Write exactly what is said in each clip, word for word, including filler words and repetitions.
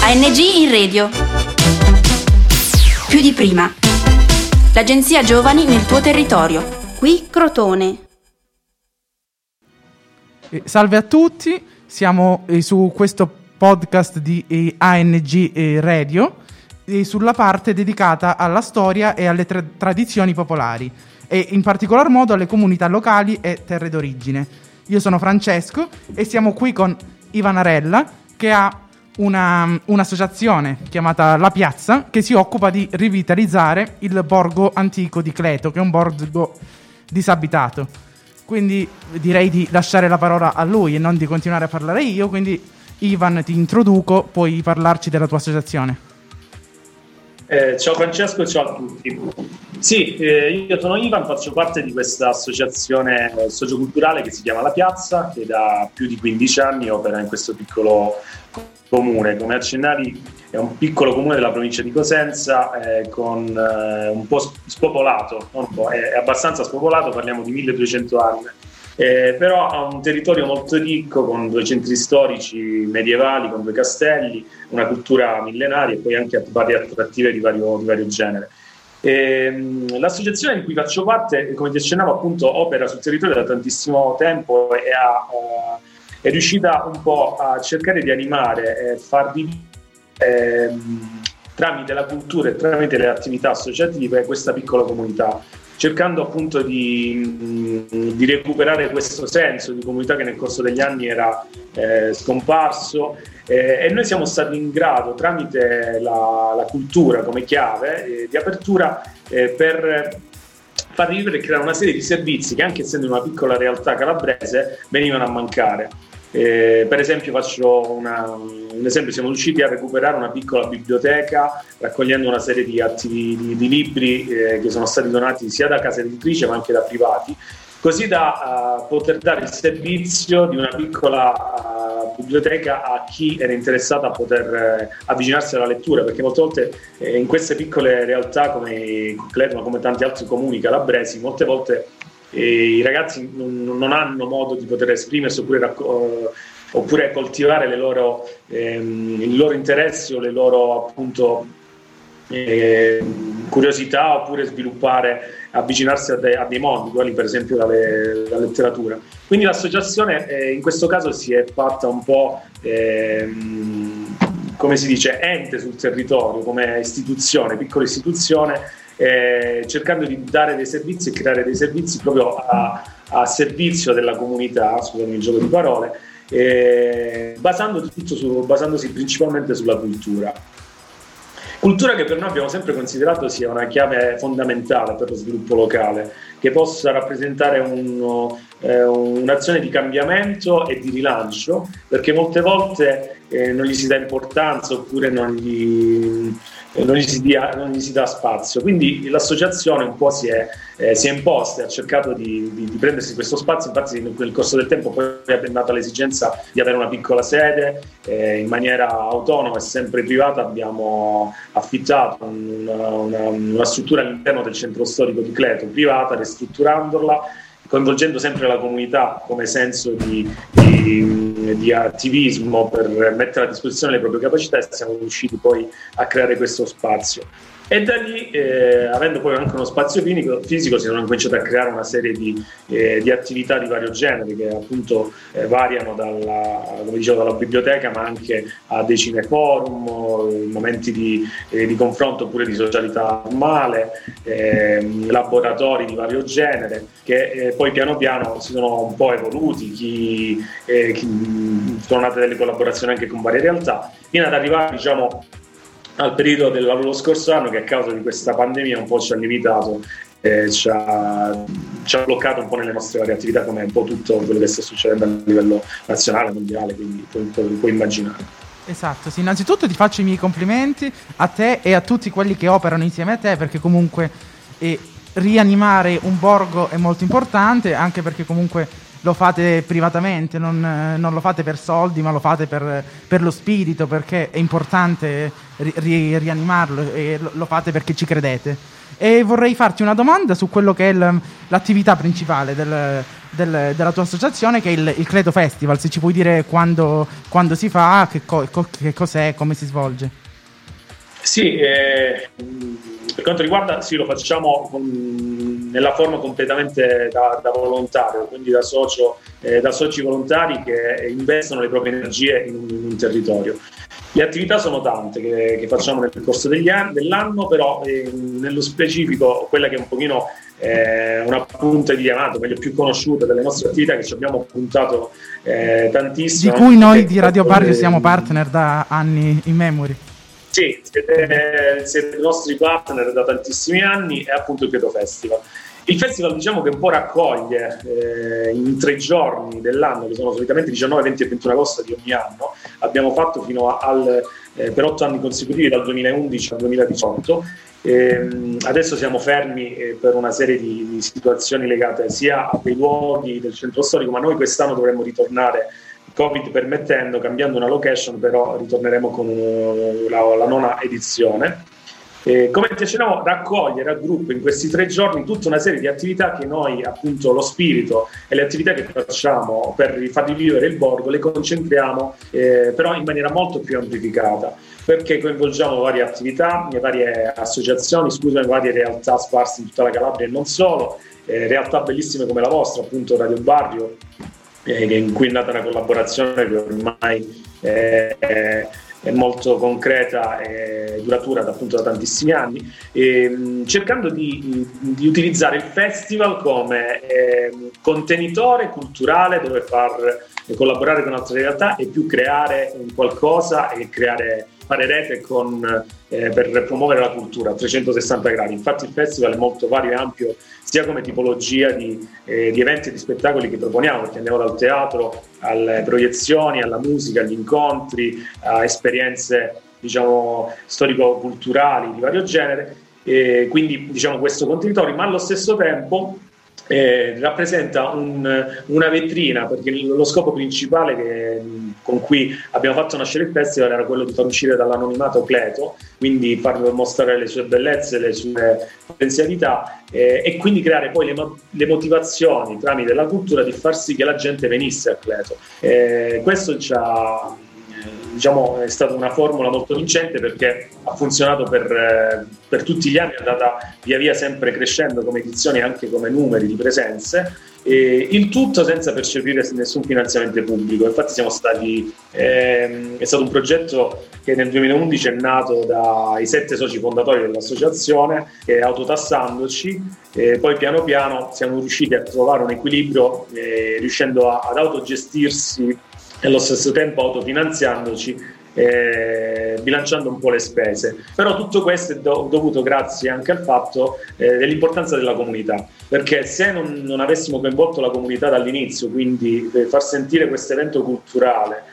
A N G in radio. Più di prima. L'agenzia Giovani nel tuo territorio. Qui Crotone. Eh, salve a tutti, siamo eh, su questo podcast di eh, A N G eh, Radio eh, sulla parte dedicata alla storia e alle tra- tradizioni popolari e in particolar modo alle comunità locali e terre d'origine. Io sono Francesco e siamo qui con Ivanarella, che ha una, un'associazione chiamata La Piazza, che si occupa di rivitalizzare il borgo antico di Cleto, che è un borgo disabitato. Quindi direi di lasciare la parola a lui e non di continuare a parlare io. Quindi Ivan, ti introduco, puoi parlarci della tua associazione. Eh, ciao Francesco, ciao a tutti. Sì, eh, io sono Ivan, faccio parte di questa associazione socioculturale che si chiama La Piazza, che da più di quindici anni opera in questo piccolo comune. Come accennavi, è un piccolo comune della provincia di Cosenza eh, con eh, un po' spopolato, non un po', è, è abbastanza spopolato, parliamo di milleduecento anni, eh, però ha un territorio molto ricco con due centri storici medievali, con due castelli, una cultura millenaria e poi anche varie attrattive di vario, di vario genere. E, l'associazione in cui faccio parte, come ti accennavo, appunto opera sul territorio da tantissimo tempo e ha, uh, è riuscita un po' a cercare di animare e far vivere ehm, tramite la cultura e tramite le attività associative questa piccola comunità, cercando appunto di, di recuperare questo senso di comunità che nel corso degli anni era eh, scomparso. Eh, e noi siamo stati in grado, tramite la, la cultura come chiave eh, di apertura, eh, per far vivere e creare una serie di servizi che, anche essendo una piccola realtà calabrese, venivano a mancare. Eh, per esempio faccio una, un esempio, siamo riusciti a recuperare una piccola biblioteca raccogliendo una serie di, attivi, di, di libri eh, che sono stati donati sia da case editrici ma anche da privati, così da uh, poter dare il servizio di una piccola uh, biblioteca a chi era interessato a poter uh, avvicinarsi alla lettura, perché molte volte eh, in queste piccole realtà come Cleto, ma come tanti altri comuni calabresi, molte volte eh, i ragazzi non, non hanno modo di poter esprimersi oppure, racco- oppure coltivare le loro, ehm, i loro interessi o le loro appunto eh, curiosità, oppure sviluppare, avvicinarsi a, de- a dei mondi, quali per esempio la, le- la letteratura. Quindi l'associazione eh, in questo caso si è fatta un po' ehm, come si dice, ente sul territorio, come istituzione, piccola istituzione, eh, cercando di dare dei servizi e creare dei servizi proprio a, a servizio della comunità, scusami il gioco di parole, eh, basando tutto su, basandosi principalmente sulla cultura. Cultura che per noi abbiamo sempre considerato sia una chiave fondamentale per lo sviluppo locale, che possa rappresentare un, eh, un'azione di cambiamento e di rilancio, perché molte volte eh, non gli si dà importanza oppure non gli, eh, non gli, si, dia, non gli si dà spazio. Quindi l'associazione un po' si è, eh, si è imposta e ha cercato di, di, di prendersi questo spazio. Infatti nel corso del tempo poi è nata l'esigenza di avere una piccola sede, eh, in maniera autonoma e sempre privata abbiamo affittato una, una, una struttura all'interno del centro storico di Cleto, privata, ristrutturandola, coinvolgendo sempre la comunità come senso di, di, di attivismo per mettere a disposizione le proprie capacità, e siamo riusciti poi a creare questo spazio. E da lì, eh, avendo poi anche uno spazio fisico, fisico, si sono cominciate a creare una serie di, eh, di attività di vario genere che appunto eh, variano dalla, come dicevo, dalla biblioteca, ma anche a dei cineforum, momenti di, eh, di confronto oppure di socialità normale, eh, laboratori di vario genere che eh, poi piano piano si sono un po' evoluti, chi, eh, chi, sono nate delle collaborazioni anche con varie realtà, fino ad arrivare, diciamo, al periodo dello scorso anno, che a causa di questa pandemia un po' ci ha limitato, eh, ci, ha, ci ha bloccato un po' nelle nostre varie attività, come un po' tutto quello che sta succedendo a livello nazionale, mondiale, quindi puoi, puoi, puoi immaginare. Esatto, sì, innanzitutto ti faccio i miei complimenti a te e a tutti quelli che operano insieme a te, perché comunque eh, rianimare un borgo è molto importante, anche perché comunque lo fate privatamente, non, non lo fate per soldi, ma lo fate per, per lo spirito, perché è importante ri, ri, rianimarlo, e lo, lo fate perché ci credete. E vorrei farti una domanda su quello che è l- l'attività principale del, del, della tua associazione, che è il, il Cleto Festival. Se ci puoi dire quando, quando si fa, che, co- co- che cos'è, come si svolge. Sì, eh, per quanto riguarda, sì, lo facciamo con, nella forma completamente da, da volontario, quindi da socio, eh, da soci volontari che investono le proprie energie in un, in un territorio. Le attività sono tante che, che facciamo nel corso degli anni, dell'anno, però eh, nello specifico quella che è un pochino eh, una punta di diamante, meglio più conosciuta delle nostre attività, che ci abbiamo puntato eh, tantissimo. Di cui noi di Radio Barrio siamo partner da anni in memory. Sì, siete, siete i nostri partner da tantissimi anni, è appunto il Cleto Festival. Il festival, diciamo, che un po' raccoglie eh, in tre giorni dell'anno, che sono solitamente diciannove, venti e ventuno agosto di ogni anno. Abbiamo fatto fino a, al, eh, per otto anni consecutivi, dal duemilaundici al duemiladiciotto. Eh, adesso siamo fermi eh, per una serie di, di situazioni legate sia a quei luoghi del centro storico, ma noi quest'anno dovremmo ritornare, Covid permettendo, cambiando una location, però ritorneremo con uh, la, la nona edizione. Eh, come ti accennavo, raccoglie, raggruppa in questi tre giorni tutta una serie di attività che noi, appunto, lo spirito e le attività che facciamo per far rivivere il borgo le concentriamo eh, però in maniera molto più amplificata, perché coinvolgiamo varie attività, varie associazioni, scusami, varie realtà sparse in tutta la Calabria e non solo, eh, realtà bellissime come la vostra, appunto Radio Barrio, eh, in cui è nata una collaborazione che ormai eh, è è molto concreta e duratura da, appunto, da tantissimi anni, e, cercando di, di utilizzare il festival come eh, contenitore culturale dove far collaborare con altre realtà e più creare un qualcosa e creare, fare rete con, eh, per promuovere la cultura a trecentosessanta gradi. Infatti il festival è molto vario e ampio sia come tipologia di, eh, di eventi e di spettacoli che proponiamo, perché andiamo dal teatro alle proiezioni, alla musica, agli incontri, a esperienze, diciamo, storico-culturali di vario genere, e quindi, diciamo, questo contenitore, ma allo stesso tempo eh, rappresenta un, una vetrina, perché lo scopo principale che, con cui abbiamo fatto nascere il festival era quello di far uscire dall'anonimato Cleto, quindi far mostrare le sue bellezze, le sue potenzialità eh, e quindi creare poi le, le motivazioni tramite la cultura di far sì che la gente venisse a Cleto. Eh, questo ci ha, diciamo, è stata una formula molto vincente, perché ha funzionato per, eh, per tutti gli anni, è andata via via sempre crescendo come edizioni e anche come numeri di presenze, e il tutto senza percepire nessun finanziamento pubblico. Infatti siamo stati, ehm, è stato un progetto che nel duemilaundici è nato dai sette soci fondatori dell'associazione, che autotassandoci, e poi piano piano siamo riusciti a trovare un equilibrio, eh, riuscendo a, ad autogestirsi e allo stesso tempo autofinanziandoci, eh, bilanciando un po' le spese. Però tutto questo è do- dovuto grazie anche al fatto eh, dell'importanza della comunità, perché se non, non avessimo coinvolto la comunità dall'inizio, quindi eh, far sentire questo evento culturale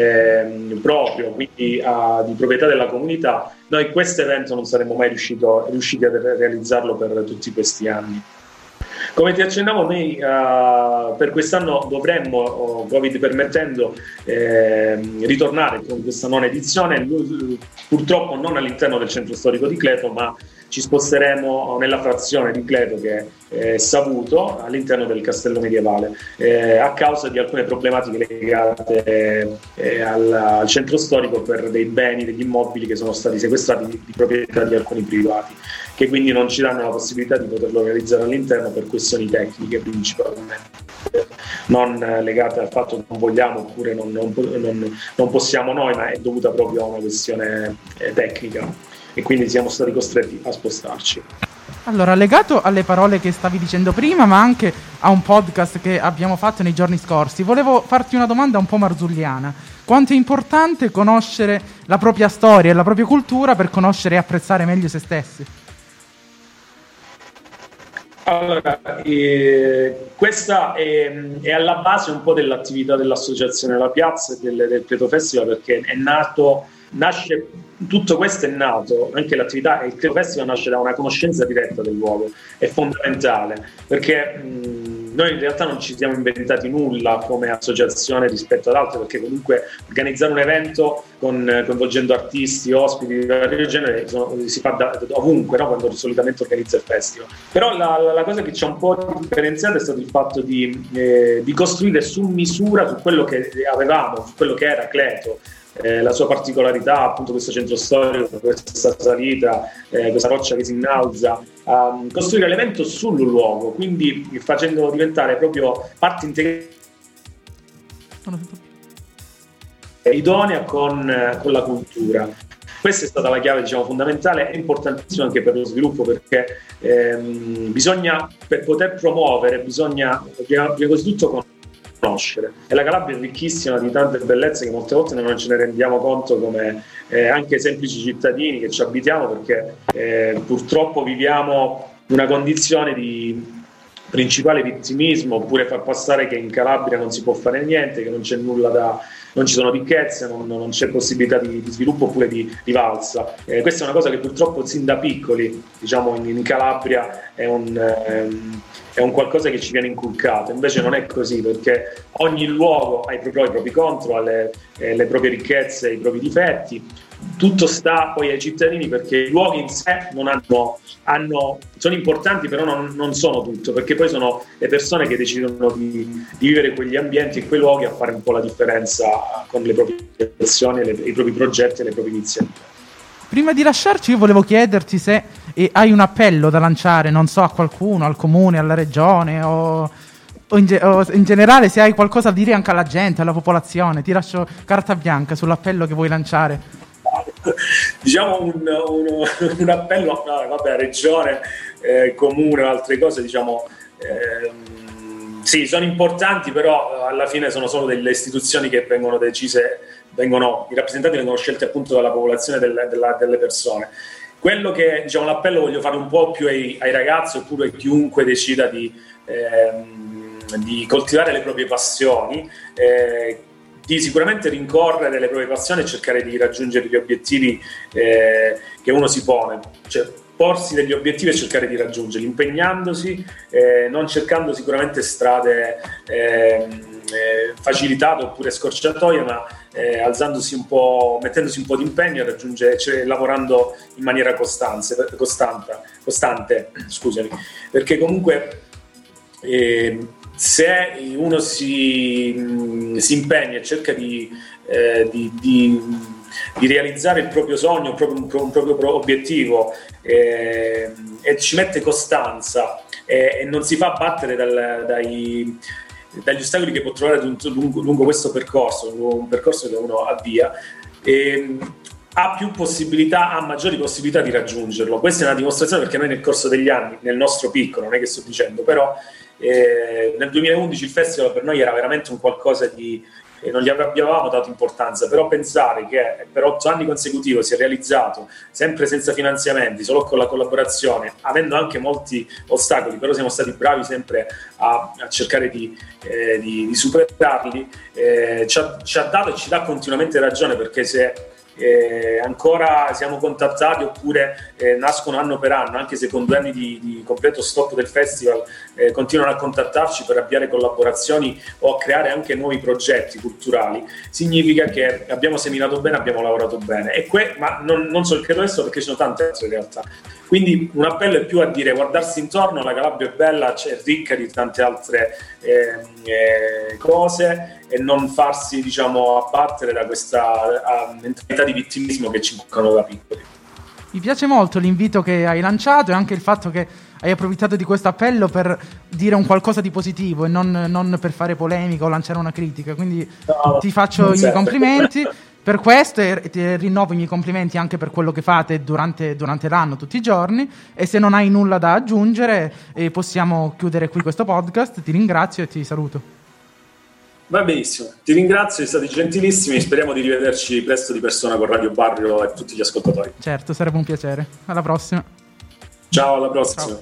eh, proprio, quindi a, di proprietà della comunità, noi questo evento non saremmo mai riuscito, riusciti a realizzarlo per tutti questi anni. Come ti accennavo, noi uh, per quest'anno dovremmo, oh, Covid permettendo, eh, ritornare con questa nona edizione, purtroppo non all'interno del centro storico di Cleto, ma ci sposteremo nella frazione di Cleto che è Savuto, all'interno del castello medievale, eh, a causa di alcune problematiche legate eh, al, al centro storico per dei beni, degli immobili che sono stati sequestrati di, di proprietà di alcuni privati, che quindi non ci danno la possibilità di poterlo realizzare all'interno per questioni tecniche principalmente, non legate al fatto che non vogliamo oppure non, non, non, non possiamo noi, ma è dovuta proprio a una questione eh, tecnica, e quindi siamo stati costretti a spostarci. Allora, legato alle parole che stavi dicendo prima, ma anche a un podcast che abbiamo fatto nei giorni scorsi, volevo farti una domanda un po' marzulliana. Quanto è importante conoscere la propria storia e la propria cultura per conoscere e apprezzare meglio se stessi? Allora, eh, questa è, è alla base un po' dell'attività dell'associazione La Piazza e del, del Cleto Festival, perché è nato, nasce, tutto questo è nato, anche l'attività e il Cleto Festival nasce da una conoscenza diretta del luogo, è fondamentale, perché mh, noi in realtà non ci siamo inventati nulla come associazione rispetto ad altre, perché comunque organizzare un evento con, coinvolgendo artisti, ospiti di vario genere sono, si fa da, ovunque, no? Quando solitamente organizza il festival. Però la, la, la cosa che ci ha un po' differenziato è stato il fatto di, eh, di costruire su misura su quello che avevamo, su quello che era Cleto. Eh, la sua particolarità, appunto questo centro storico, questa salita, eh, questa roccia che si innalza, um, costruire l'evento sul luogo, quindi facendo diventare proprio parte integrante idonea con, con la cultura. Questa è stata la chiave, diciamo, fondamentale e importantissima anche per lo sviluppo, perché ehm, bisogna, per poter promuovere, bisogna prima, prima di tutto conoscere. E la Calabria è ricchissima di tante bellezze che molte volte non ce ne rendiamo conto come eh, anche semplici cittadini che ci abitiamo, perché eh, purtroppo viviamo una condizione di principale vittimismo, oppure far passare che in Calabria non si può fare niente, che non c'è nulla da... non ci sono ricchezze, non, non c'è possibilità di, di sviluppo oppure di, di valsa. Eh, questa è una cosa che purtroppo sin da piccoli, diciamo, in, in Calabria è un, ehm, è un qualcosa che ci viene inculcato. Invece non è così, perché ogni luogo ha i propri, i propri contro, ha le, eh, le proprie ricchezze, i propri difetti. Tutto sta poi ai cittadini, perché i luoghi in sé non hanno, hanno, sono importanti, però non, non sono tutto, perché poi sono le persone che decidono di, di vivere quegli ambienti e quei luoghi a fare un po' la differenza con le proprie azioni, le, i propri progetti e le proprie iniziative. Prima di lasciarci, io volevo chiederti se eh, hai un appello da lanciare, non so, a qualcuno, al comune, alla regione o, o, in, ge- o in generale se hai qualcosa da dire anche alla gente, alla popolazione. Ti lascio carta bianca sull'appello che vuoi lanciare. Diciamo un, un, un appello, no, vabbè, regione, eh, comune o altre cose, diciamo, ehm, sì, sono importanti, però alla fine sono solo delle istituzioni che vengono decise, vengono, i rappresentanti vengono scelti appunto dalla popolazione delle, della, delle persone. Quello che, diciamo, l'appello voglio fare un po' più ai, ai ragazzi, oppure a chiunque decida di, ehm, di coltivare le proprie passioni, eh, di sicuramente rincorrere le proprie passioni e cercare di raggiungere gli obiettivi eh, che uno si pone, cioè porsi degli obiettivi e cercare di raggiungerli, impegnandosi, eh, non cercando sicuramente strade eh, eh, facilitate oppure scorciatoie, ma eh, alzandosi un po', mettendosi un po' di impegno a raggiungere, cioè lavorando in maniera costante, costante, costante scusami, perché comunque eh, se uno si, si impegna e cerca di, eh, di, di, di realizzare il proprio sogno, un proprio, un proprio obiettivo eh, e ci mette costanza eh, e non si fa battere dal, dai, dagli ostacoli che può trovare lungo, lungo questo percorso, lungo un percorso che uno avvia, eh, ha più possibilità, ha maggiori possibilità di raggiungerlo. Questa è una dimostrazione, perché noi nel corso degli anni, nel nostro piccolo, non è che sto dicendo, però Eh, nel duemilaundici il festival per noi era veramente un qualcosa di eh, non gli avevamo dato importanza, però pensare che per otto anni consecutivi si è realizzato sempre senza finanziamenti, solo con la collaborazione, avendo anche molti ostacoli, però siamo stati bravi sempre a, a cercare di, eh, di, di superarli, eh, ci, ha, ci ha dato e ci dà continuamente ragione, perché se Eh, ancora siamo contattati oppure eh, nascono anno per anno, anche se con due anni di, di completo stop del festival eh, continuano a contattarci per avviare collaborazioni o a creare anche nuovi progetti culturali, significa che abbiamo seminato bene, abbiamo lavorato bene, e que- ma non, non solo credo adesso, perché ci sono tante altre realtà. Quindi un appello è più a dire: guardarsi intorno, la Calabria è bella, è ricca di tante altre eh, eh, cose, e non farsi, diciamo, abbattere da questa uh, mentalità di vittimismo che ci inculcano da piccoli. Mi piace molto l'invito che hai lanciato e anche il fatto che hai approfittato di questo appello per dire un qualcosa di positivo e non, non per fare polemica o lanciare una critica, quindi no, ti faccio i miei complimenti per questo e ti rinnovo i miei complimenti anche per quello che fate durante, durante l'anno, tutti i giorni. E se non hai nulla da aggiungere eh, possiamo chiudere qui questo podcast. Ti ringrazio e ti saluto. Va benissimo, ti ringrazio, siete stati gentilissimi, speriamo di rivederci presto di persona con Radio Barrio e tutti gli ascoltatori. Certo, sarebbe un piacere. Alla prossima. Ciao, alla prossima. Ciao.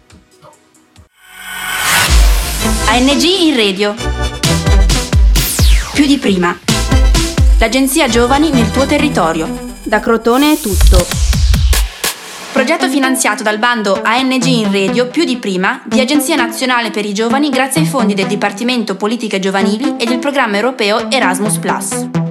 A N G in radio. Più di prima. L'agenzia Giovani nel tuo territorio. Da Crotone è tutto. Progetto finanziato dal bando A N G in Radio più di prima di Agenzia Nazionale per i Giovani grazie ai fondi del Dipartimento Politiche Giovanili e del programma europeo Erasmus plus.